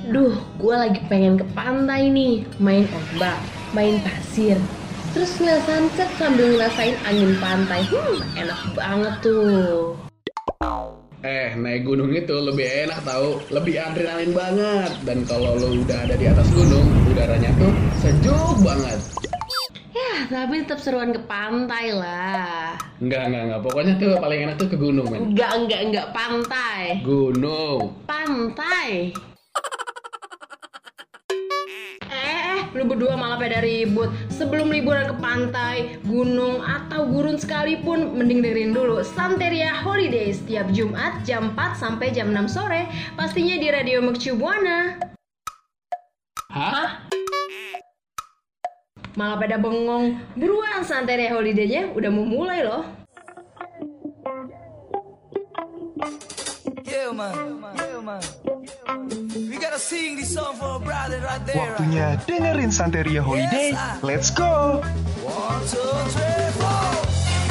Duh, gue lagi pengen ke pantai nih, main ombak, main pasir. Terus ngeliat sunset sambil ngerasain angin pantai. Enak banget tuh. Naik gunung itu lebih enak tahu, lebih adrenalin banget. Dan kalau lo udah ada di atas gunung, udaranya tuh sejuk banget. Ya, tapi tetap seruan ke pantai lah. Enggak. Pokoknya tuh paling enak tuh ke gunung, men. Enggak, pantai. Gunung. Pantai. Lu berdua malah pada ribut. Sebelum liburan ke pantai, gunung, atau gurun sekalipun, mending dengerin dulu Santeria Holiday setiap Jumat jam 4 sampai jam 6 sore. Pastinya di Radio Mercu Buana. Hah? Malah pada bengong. Buruan, Santeria Holiday-nya udah mau mulai loh. Yeah, man. We gotta sing this song for a brother right there. Waktunya dengerin Santeria Holiday. Let's go! 1, 2, 3, 4.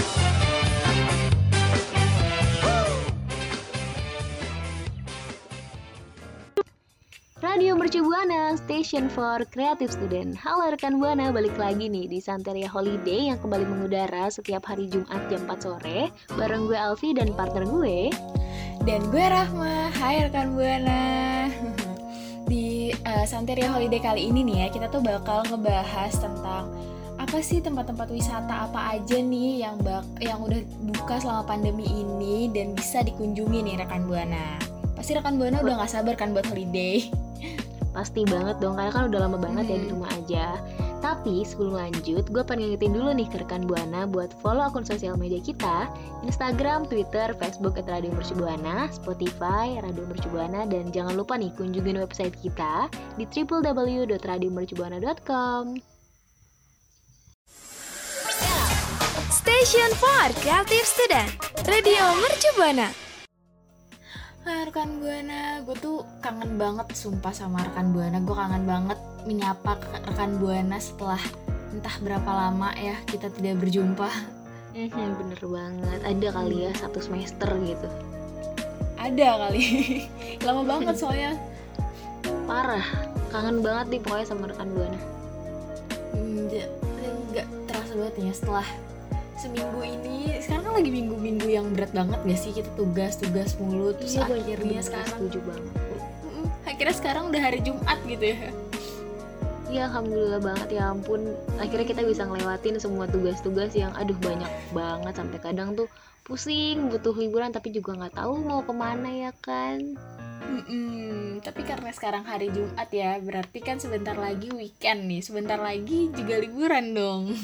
Radio Mercu Buana, Station for Creative Student. Halo rekan Buana, balik lagi nih di Santeria Holiday yang kembali mengudara setiap hari Jumat jam 4 sore bareng gue Alfi dan partner gue. Dan gue Rahma. Hai rekan Buana. Di Santeria Holiday kali ini nih ya, kita tuh bakal ngebahas tentang apa sih tempat-tempat wisata apa aja nih yang udah buka selama pandemi ini dan bisa dikunjungi nih rekan Buana. Pasti rekan Buana udah gak sabar kan buat holiday. Pasti banget dong, karena kan udah lama banget ya di rumah aja. Tapi sebelum lanjut, gue pengen ngingetin dulu nih ke rekan Buana buat follow akun sosial media kita, Instagram, Twitter, Facebook @Radio Mercu Buana, Spotify, Radio Mercu Buana, dan jangan lupa nih kunjungin website kita di www.radiomercubuana.com. Station for Creative Student, Radio Mercu Buana. Rekan Buana, gue tuh kangen banget sumpah sama rekan Buana. Gue kangen banget menyapa rekan Buana setelah entah berapa lama ya kita tidak berjumpa. Bener banget, ada kali ya 1 semester gitu. Ada kali. Lama banget soalnya. Parah, kangen banget nih pokoknya sama rekan Buana. Nggak terasa banget ya setelah seminggu ini. Sekarang kan lagi minggu-minggu yang berat banget gak sih, kita tugas mulu. Terus akhirnya sekarang setuju banget. Akhirnya sekarang udah hari Jumat gitu ya. Iya, alhamdulillah banget, ya ampun. Akhirnya kita bisa ngelewatin semua tugas-tugas yang banyak banget. Sampai kadang tuh pusing, butuh liburan tapi juga gak tahu mau kemana ya kan. Tapi karena sekarang hari Jumat ya, berarti kan sebentar lagi weekend nih. Sebentar lagi juga liburan dong.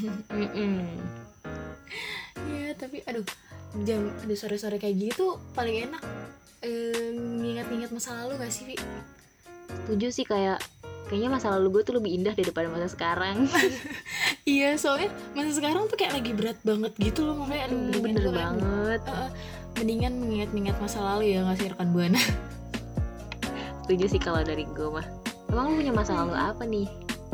Ya tapi sore-sore kayak gini tuh paling enak ngingat-ngingat masa lalu gak sih, Vi? Setuju sih, kayaknya masa lalu gue tuh lebih indah daripada masa sekarang. Iya, soalnya masa sekarang tuh kayak lagi berat banget gitu loh, makanya bener banget. Mendingan mengingat-ingat masa lalu ya gak sih rekan Buana? Setuju sih kalau dari gue mah. Emang lu punya masa lalu apa nih?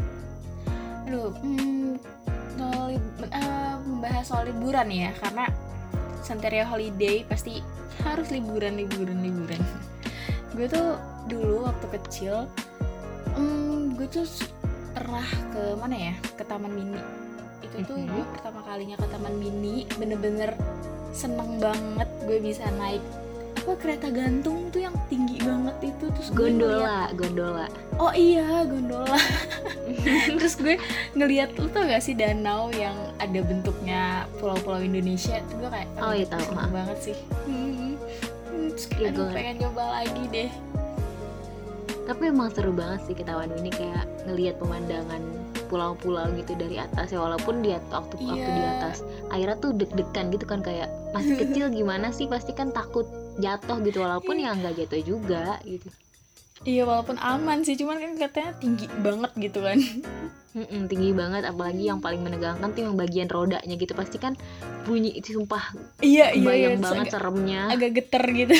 Membahas soal liburan ya, karena Santeria Holiday pasti harus liburan. Gue tuh dulu waktu kecil, gue tuh pernah ke mana ya, ke Taman Mini. Itu tuh gue pertama kalinya ke Taman Mini, bener-bener seneng banget gue bisa naik kereta gantung tuh yang tinggi banget itu. Terus gondola. Oh iya, gondola. Terus gue ngeliat, lu tau gak sih danau yang ada bentuknya pulau-pulau Indonesia? Itu gue kayak iya tahu, seneng banget sih. Terus kayak pengen nyoba lagi deh. Tapi emang seru banget sih ke Taman Mini, kayak ngelihat pemandangan pulau-pulau gitu dari atas ya, walaupun waktu di atas airnya tuh deg-degan gitu kan, kayak masih kecil gimana sih, pasti kan takut jatuh gitu, walaupun ya nggak jatuh juga gitu. Iya, walaupun aman sih, cuman kan katanya tinggi banget gitu kan. Tinggi banget, apalagi yang paling menegangkan tuh yang bagian rodanya gitu, pasti kan bunyi itu sumpah. Iya, bayang banget seremnya. Agak geter gitu.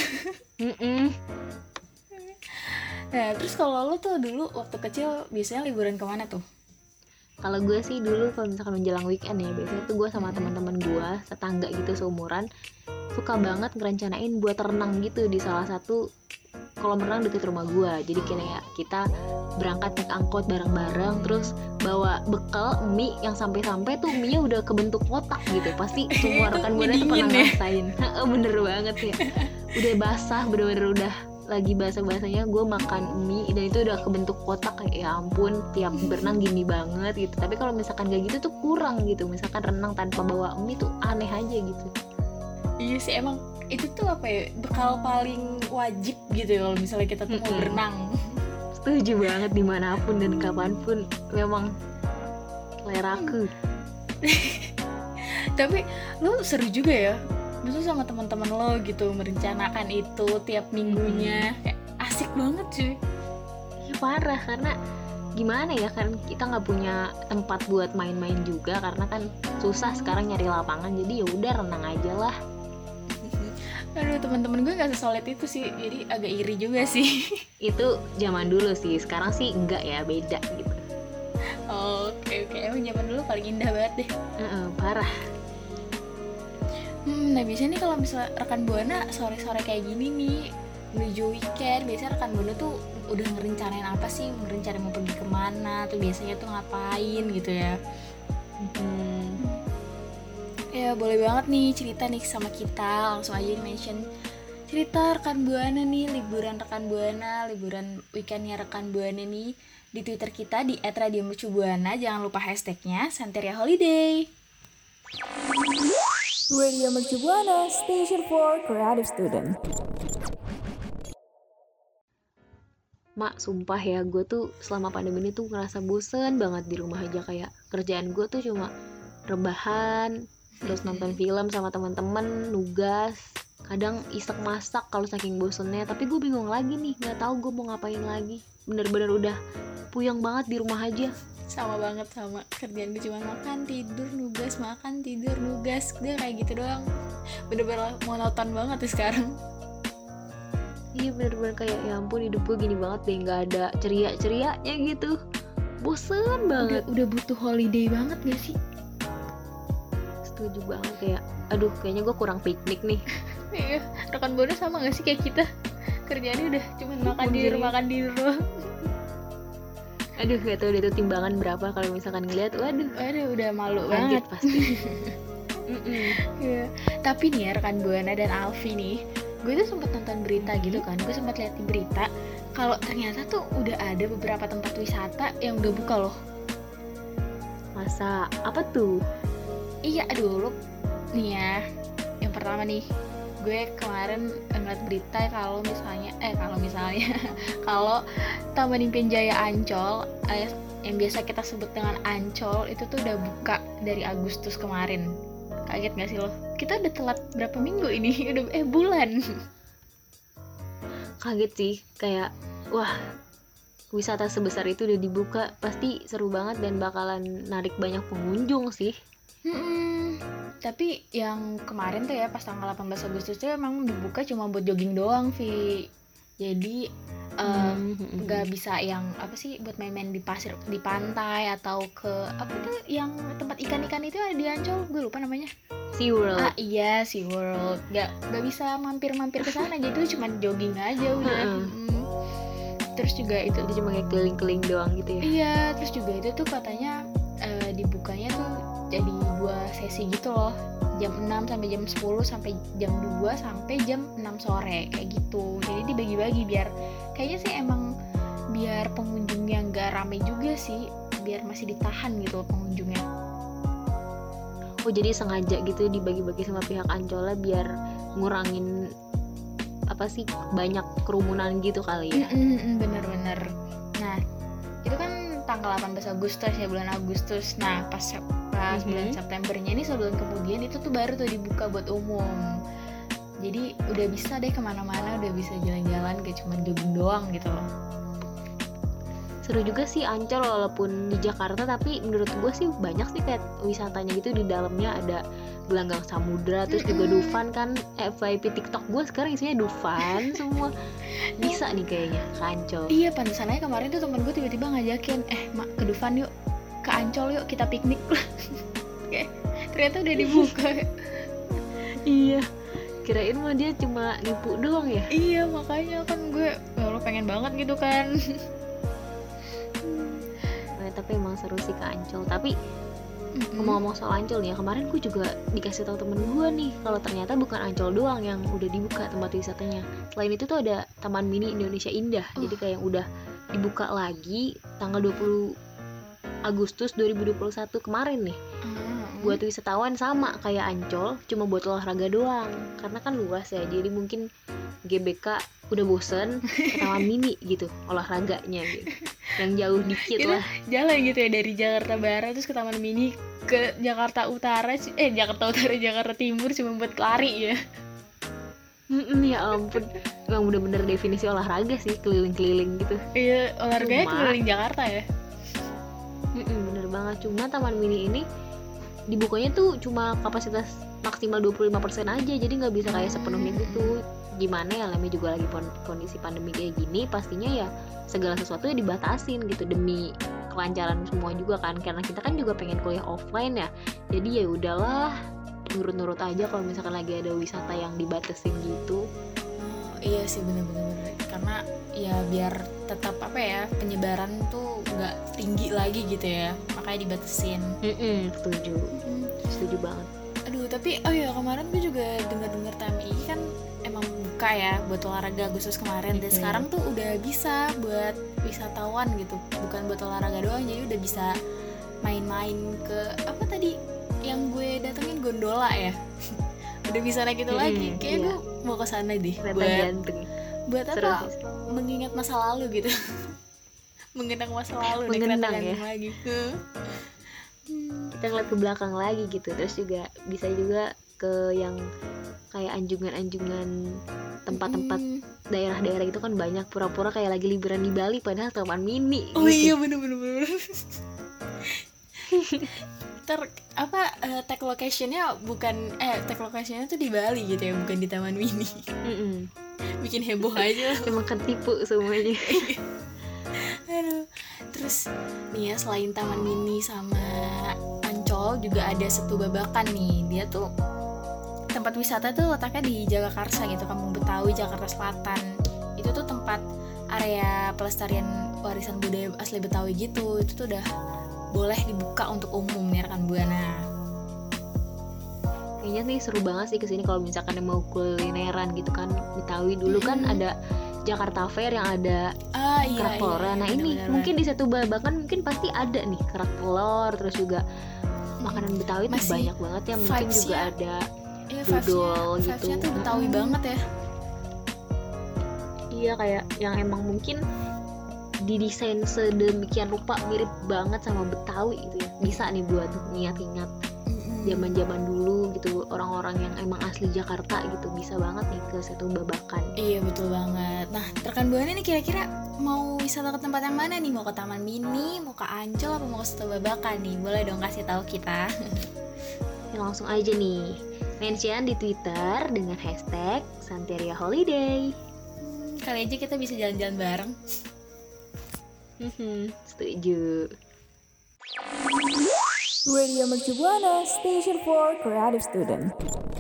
Nah, terus kalau lo tuh dulu waktu kecil biasanya liburan kemana tuh? Kalau gue sih dulu kalau misalkan menjelang weekend ya, biasanya tuh gue sama teman-teman gue tetangga gitu seumuran suka banget ngerencanain buat renang gitu di salah satu kolam renang deket rumah gue. Jadi kayak kita berangkat naik angkot bareng-bareng, terus bawa bekal mie yang sampai-sampai tuh mie-nya udah kebentuk kotak gitu. Pasti semua rekan Buana tuh pernah ngerasain. Bener banget ya. Udah basah, bener-bener udah lagi basah-basahnya gue makan mie dan itu udah kebentuk kotak, kayak ya ampun, tiap berenang gini banget gitu. Tapi kalau misalkan gak gitu tuh kurang gitu. Misalkan renang tanpa bawa mie tuh aneh aja gitu. Iya sih, emang itu tuh apa ya, bekal paling wajib gitu ya kalau misalnya kita tuh mau berenang. Setuju banget, dimanapun dan kapanpun memang leraku. Tapi lo seru juga ya, maksudnya sama teman-teman lo gitu merencanakan itu tiap minggunya. Kayak asik banget cuy. Ya parah, karena gimana ya, kan kita nggak punya tempat buat main-main juga karena kan susah sekarang nyari lapangan. Jadi ya udah renang aja lah. Aduh, teman-teman gue nggak sesolid itu sih, jadi agak iri juga sih. Itu zaman dulu sih, sekarang sih enggak ya, beda gitu. Oke, emang zaman dulu paling indah banget deh. Parah. Nah biasanya nih kalau misalnya rekan Buana sore-sore kayak gini nih menuju weekend, biasanya rekan Buana tuh udah ngerencanain apa sih, ngerencanain mau pergi kemana tuh, biasanya tuh ngapain gitu ya. Ya boleh banget nih cerita nih sama kita, langsung aja di mention cerita rekan Buana nih, liburan rekan Buana, liburan weekendnya rekan Buana nih di Twitter kita di @radiomercubuana. Jangan lupa hashtagnya Santeria Holiday. Radio Mercubuana, station for creative student. Mak, sumpah ya, gue tuh selama pandemi ini tuh ngerasa bosen banget di rumah aja. Kayak kerjaan gue tuh cuma rebahan, terus nonton film sama teman-teman, nugas, kadang iseng masak kalau saking bosennya. Tapi gue bingung lagi nih, nggak tahu gue mau ngapain lagi. Bener-bener udah puyeng banget di rumah aja. Sama banget, sama kerjaan gue cuma makan, tidur, nugas, makan, tidur, nugas, udah kayak gitu doang. Bener-bener monoton banget tuh sekarang. Iya, bener-bener kayak ya ampun, hidup gue gini banget deh, nggak ada ceria-cerianya gitu. Bosen banget. Udah butuh holiday banget gak sih? Setuju banget, kayak aduh, kayaknya gue kurang piknik nih. Iya, rekan Buana sama gak sih kayak kita? Kerjaannya udah cuma makan tidur doang. Aduh, gak tau deh itu timbangan berapa kalau misalkan ngeliat. Waduh, udah malu kaget banget pasti. Ya. Tapi nih ya rekan Buana dan Alfi nih, gue tuh sempat nonton berita gitu kan. Gue sempat lihat di berita kalau ternyata tuh udah ada beberapa tempat wisata yang udah buka loh. Masa? Apa tuh? Iya, aduh, nih ya. Yang pertama nih, gue kemarin ngeliat berita kalau misalnya kalau Taman Impian Jaya Ancol, yang biasa kita sebut dengan Ancol, itu tuh udah buka dari Agustus kemarin. Kaget gak sih lo? Kita udah telat berapa minggu ini? Udah bulan. Kaget sih, kayak wah, wisata sebesar itu udah dibuka, pasti seru banget dan bakalan narik banyak pengunjung sih. Tapi yang kemarin tuh ya pas tanggal 18 Agustus tuh emang dibuka cuma buat jogging doang, Vi. Jadi nggak bisa yang apa sih buat main-main di pasir, di pantai atau ke apa tuh yang tempat ikan-ikan itu ada di Ancol, gue lupa namanya. SeaWorld. Iya, SeaWorld. Nggak bisa mampir-mampir ke sana, jadi tuh cuma jogging aja udah. Terus juga itu cuma kayak keliling-keliling doang gitu ya. Iya, terus juga itu tuh katanya dibukanya tuh jadi 2 sesi gitu loh, jam 6 sampai jam 10 sampai jam 2 sampai jam 6 sore kayak gitu. Jadi dibagi-bagi biar kayaknya sih emang biar pengunjungnya nggak rame juga sih, biar masih ditahan gitu pengunjungnya. Oh, jadi sengaja gitu dibagi-bagi sama pihak Ancolnya biar ngurangin apa sih, banyak kerumunan gitu kali ya. Bener-bener. Nah itu kan tanggal 18 Agustus ya, bulan Agustus. Nah pas bulan Septembernya ini sebulan kemudian itu tuh baru tuh dibuka buat umum. Jadi udah bisa deh kemana-mana, udah bisa jalan-jalan gak cuma jogging doang gitu loh. Seru juga sih Ancol walaupun di Jakarta, tapi menurut gue sih banyak sih kayak wisatanya gitu. Di dalamnya ada gelanggang samudra, terus juga Dufan kan, FYP TikTok gue sekarang isinya Dufan semua. Bisa nih kayaknya ke Ancol. Iya, pantesan aja kemarin tuh temen gue tiba-tiba ngajakin, Mak, ke Dufan yuk, ke Ancol yuk, kita piknik. Ternyata udah dibuka. Iya, kirain mah dia cuma nipu doang ya. Iya, makanya kan gue aduh pengen banget gitu kan. Nah, tapi emang seru sih ke Ancol. Tapi ngomong-ngomong soal Ancol nih ya, kemarin gue juga dikasih tahu temen gue nih kalau ternyata bukan Ancol doang yang udah dibuka tempat wisatanya. Selain itu tuh ada Taman Mini Indonesia Indah. Jadi kayak yang udah dibuka lagi tanggal 20 Agustus 2021 kemarin nih. Buat wisatawan sama kayak Ancol, cuma buat olahraga doang. Karena kan luas ya, jadi mungkin GBK udah bosen ke Taman Mini gitu olahraganya gitu. Yang jauh dikit lah. Jalan gitu ya dari Jakarta Barat terus ke Taman Mini ke Jakarta Utara, Jakarta Timur cuma buat lari ya. Ya ampun, emang bener-bener definisi olahraga sih, keliling-keliling gitu. Iya, olahraganya keliling Jakarta ya. Bener banget, cuma Taman Mini ini dibukanya tuh cuma kapasitas maksimal 25% aja, jadi nggak bisa kayak sepenuhnya gitu. Gimana ya, namanya juga lagi kondisi pandemi kayak gini, pastinya ya segala sesuatu ya dibatasin gitu demi kelancaran semua juga kan, karena kita kan juga pengen kuliah offline ya. Jadi ya udahlah, nurut-nurut aja kalau misalkan lagi ada wisata yang dibatasin gitu. Iya sih, bener-bener, karena ya biar tetap penyebaran tuh nggak tinggi lagi gitu ya, makanya dibatasin. Setuju banget. Aduh, tapi kemarin gue juga dengar TMI kan emang buka ya buat olahraga Agustus kemarin, dan sekarang tuh udah bisa buat wisatawan gitu, bukan buat olahraga doang, jadi udah bisa main-main ke apa tadi yang gue datengin, gondola ya. Udah bisa naik itu lagi. Kayak gue mau ke sana deh buat apa? Mengingat masa lalu gitu. Mengenang masa lalu, mengenang ya lagi. Kita ngeliat ke belakang lagi gitu. Terus juga bisa juga ke yang kayak anjungan-anjungan tempat-tempat daerah-daerah itu kan banyak, pura-pura kayak lagi liburan di Bali padahal Taman Mini. Oh gitu. Iya, bener. Tag location-nya tuh di Bali gitu ya, bukan di Taman Mini. Bikin heboh aja. Emang ketipu semuanya. Aduh. Terus nih ya, selain Taman Mini sama Ancol juga ada Setu Babakan nih. Dia tuh tempat wisata tuh letaknya di Jagakarsa gitu, Kampung Betawi, Jakarta Selatan. Itu tuh tempat area pelestarian warisan budaya asli Betawi gitu. Itu tuh udah boleh dibuka untuk umum nih rekan Buana. Kayaknya nih seru banget sih kesini kalau misalkan mau kulineran gitu kan. Betawi dulu kan ada Jakarta Fair yang ada kerak telur. Nah ini bener. Mungkin di Setu Babakan mungkin pasti ada nih kerak telur, terus juga makanan Betawi tuh banyak banget ya. Mungkin juga ada dodol gitu. Vibes-nya tuh Betawi banget ya. Iya, kayak yang emang mungkin didesain sedemikian rupa mirip banget sama Betawi gitu ya. Bisa nih buat ingat-ingat zaman-zaman dulu gitu, orang-orang yang emang asli Jakarta gitu, bisa banget nih ke Setu Babakan. Iya, betul banget. Nah, rekan Buana nih kira-kira mau wisata ke tempat yang mana nih? Mau ke Taman Mini, mau ke Ancol, apa mau ke Setu Babakan nih? Boleh dong kasih tahu kita. Ya, langsung aja nih, mention di Twitter dengan hashtag Santeria Holiday. Kali aja kita bisa jalan-jalan bareng. Setuju. Radio Mercu Buana, Station for Creative Student.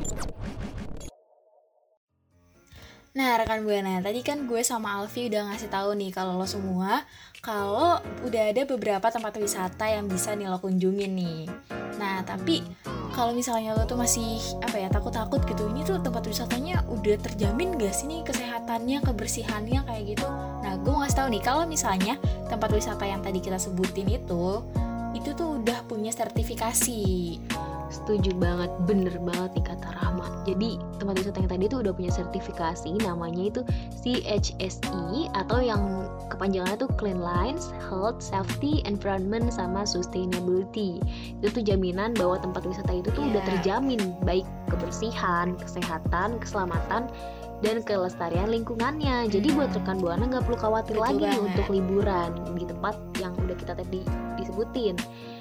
Nah, rekan Buana, tadi kan gue sama Alfi udah ngasih tahu nih kalau lo semua kalau udah ada beberapa tempat wisata yang bisa nih lo kunjungin nih. Nah, tapi kalau misalnya lo tuh masih takut-takut gitu, ini tuh tempat wisatanya udah terjamin gak sih nih kesehatannya, kebersihannya kayak gitu. Nah, gue mau ngasih tahu nih kalau misalnya tempat wisata yang tadi kita sebutin itu tuh udah punya sertifikasi. Setuju banget, bener banget nih kata Rahma. Jadi tempat wisata yang tadi tuh udah punya sertifikasi, namanya itu CHSE atau yang kepanjangannya tuh Clean Lines, Health, Safety, Environment, sama Sustainability. Itu tuh jaminan bahwa tempat wisata itu tuh udah terjamin baik kebersihan, kesehatan, keselamatan, dan kelestarian lingkungannya. Jadi buat rekan Buana nggak perlu khawatir lagi nih untuk liburan di tempat yang udah kita tadi disebutin.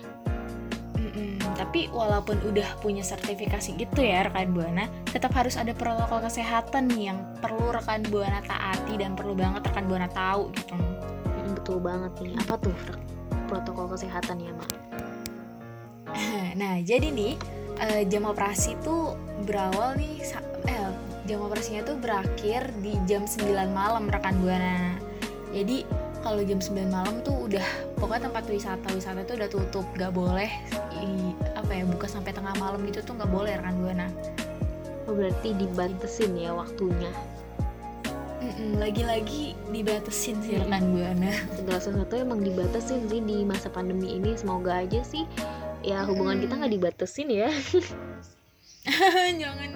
Tapi walaupun udah punya sertifikasi gitu ya rekan Buana, tetap harus ada protokol kesehatan nih yang perlu rekan Buana taati dan perlu banget rekan Buana tahu gitu. Betul banget nih. Apa tuh protokol kesehatan ya, Mak? Nah, jadi nih jam operasi tuh berawal nih jam operasinya tuh berakhir di jam 9 malam rekan Buana. Jadi kalau jam 9 malam tuh udah pokoknya tempat wisata tuh udah tutup, nggak boleh buka sampai tengah malam gitu tuh nggak boleh rekan Buana. Oh, berarti dibatesin ya waktunya. Lagi-lagi dibatesin sih rekan Buana. Segala sesuatu emang dibatesin sih di masa pandemi ini. Semoga aja sih ya hubungan kita nggak dibatesin ya. jangan.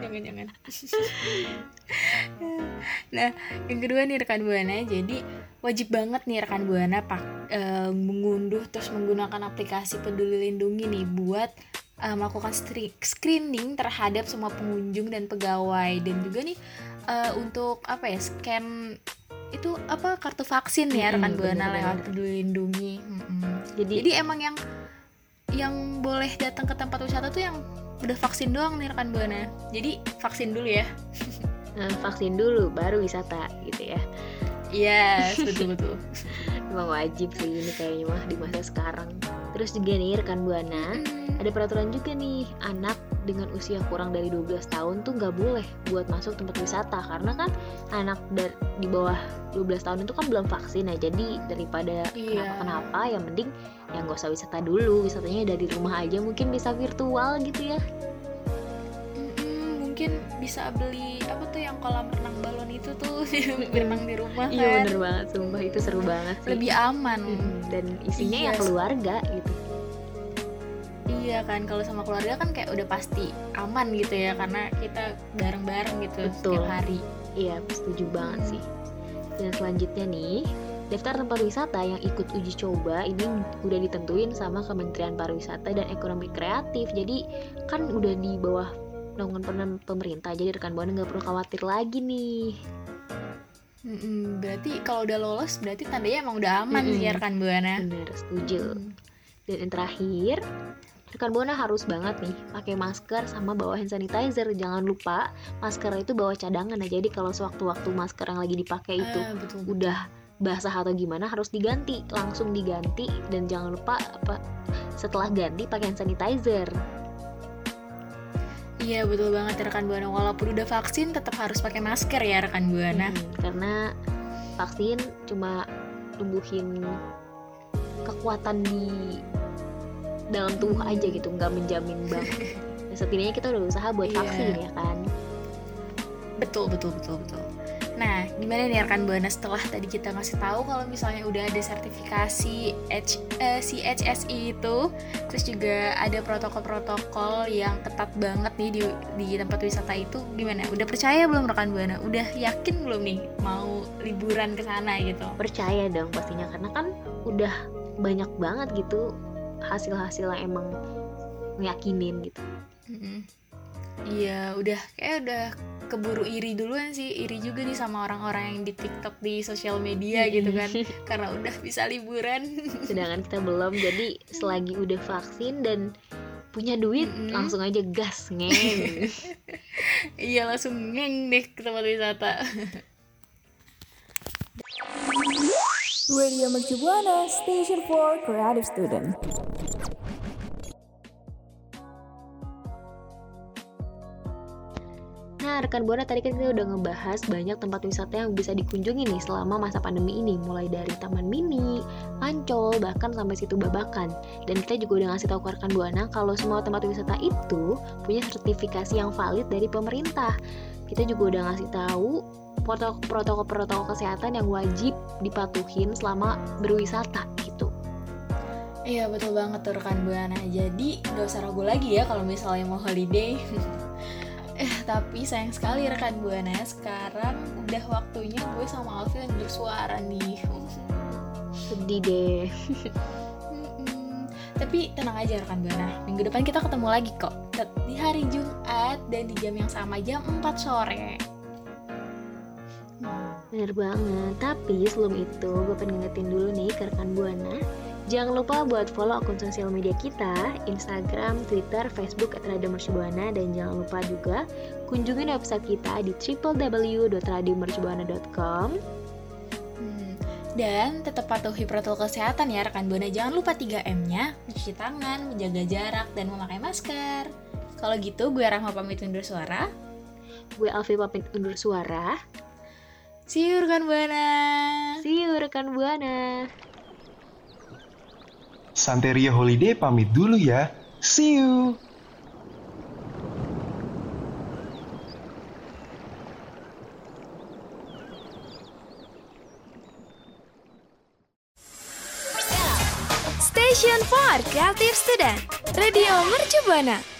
Nah, yang kedua nih rekan Buana, jadi wajib banget nih rekan Buana mengunduh terus menggunakan aplikasi Peduli Lindungi nih buat melakukan screening terhadap semua pengunjung dan pegawai, dan juga nih untuk scan itu kartu vaksin ya rekan Buana lewat Peduli Lindungi. Jadi emang yang boleh datang ke tempat wisata tuh yang udah vaksin doang nih rekan Buana. Jadi vaksin dulu ya. Vaksin dulu baru wisata gitu ya. Iya, betul. Emang wajib sih ini kayaknya mah di masa sekarang. Terus juga nih rekan Buana, ada peraturan juga nih, anak dengan usia kurang dari 12 tahun tuh nggak boleh buat masuk tempat wisata, karena kan anak di bawah 12 tahun itu kan belum vaksin ya. Jadi daripada kenapa-kenapa ya mending yang nggak usah wisata dulu, wisatanya dari rumah aja, mungkin bisa virtual gitu ya. Mungkin bisa beli yang kolam renang balon itu tuh berenang di rumah kan. Iya bener banget, sumpah itu seru banget sih. Lebih aman. Dan isinya ya keluarga gitu. Iya kan, kalau sama keluarga kan kayak udah pasti aman gitu ya, karena kita bareng-bareng gitu. Betul. Setiap hari. Iya, setuju banget sih. Dan selanjutnya nih, daftar tempat wisata yang ikut uji coba ini udah ditentuin sama Kementerian Pariwisata dan Ekonomi Kreatif. Jadi kan udah di bawah naungan pemerintah, jadi rekan Buana nggak perlu khawatir lagi nih. Berarti kalau udah lolos berarti tandanya emang udah aman sih ya rekan Buana. Bener, setuju. Dan yang terakhir, rekan Buana harus banget nih pakai masker sama bawa hand sanitizer. Jangan lupa masker itu bawa cadangan ya. Jadi kalau sewaktu-waktu masker yang lagi dipakai itu betul. udah basah atau gimana harus diganti, langsung diganti. Dan jangan lupa setelah ganti pakai hand sanitizer. Iya betul banget rekan Buana, walaupun udah vaksin tetap harus pakai masker ya rekan Buana. Karena vaksin cuma tumbuhin kekuatan di dalam tubuh aja gitu, nggak menjamin banget. Nah, setidaknya kita udah usaha buat vaksin ya kan. Betul. Nah, gimana nih rekan Buana setelah tadi kita ngasih tahu kalau misalnya udah ada sertifikasi CHSI itu, terus juga ada protokol-protokol yang ketat banget nih di tempat wisata itu, gimana? Udah percaya belum rekan Buana? Udah yakin belum nih mau liburan ke sana gitu? Percaya dong pastinya, karena kan udah banyak banget gitu hasil-hasil yang emang meyakinin gitu. Iya, udah keburu iri duluan sih, iri juga nih sama orang-orang yang di TikTok, di sosial media gitu kan, karena udah bisa liburan. Sedangkan kita belum, jadi selagi udah vaksin dan punya duit, langsung aja gas, ngeng. Iya, langsung ngeng deh ke tempat wisata. Radio Mercu Buana, Station for Creative Student. Nah, rekan Buana, tadi kan kita udah ngebahas banyak tempat wisata yang bisa dikunjungi nih selama masa pandemi ini, mulai dari Taman Mini, Ancol, bahkan sampai Situ Babakan. Dan kita juga udah ngasih tahu ke rekan Buana kalau semua tempat wisata itu punya sertifikasi yang valid dari pemerintah. Kita juga udah ngasih tahu protokol kesehatan yang wajib dipatuhin selama berwisata gitu. Iya betul banget tuh rekan Buana. Jadi gak usah ragu lagi ya kalau misalnya mau holiday. Tapi sayang sekali rekan Buana, sekarang udah waktunya gue sama Alfi yang bersuara nih. Sedih deh. Tapi tenang aja rekan Buana, minggu depan kita ketemu lagi kok, di hari Jumat dan di jam yang sama, jam 4 sore. Bener banget. Tapi sebelum itu gue pengen ngingetin dulu nih ke rekan Buana, jangan lupa buat follow akun sosial media kita, Instagram, Twitter, Facebook @radiomercubuana, dan jangan lupa juga kunjungin website kita di www.radiomercubuana.com. Dan tetap patuhi protokol kesehatan ya rekan Buana. Jangan lupa 3M-nya, mencuci tangan, menjaga jarak, dan memakai masker. Kalau gitu gue Rahma pamit undur suara. Gue Alfi pamit undur suara. See you rekan Buana. See you rekan Buana. Santeria Holiday pamit dulu ya. See you. Station for Creative Student, Radio Mercu Buana.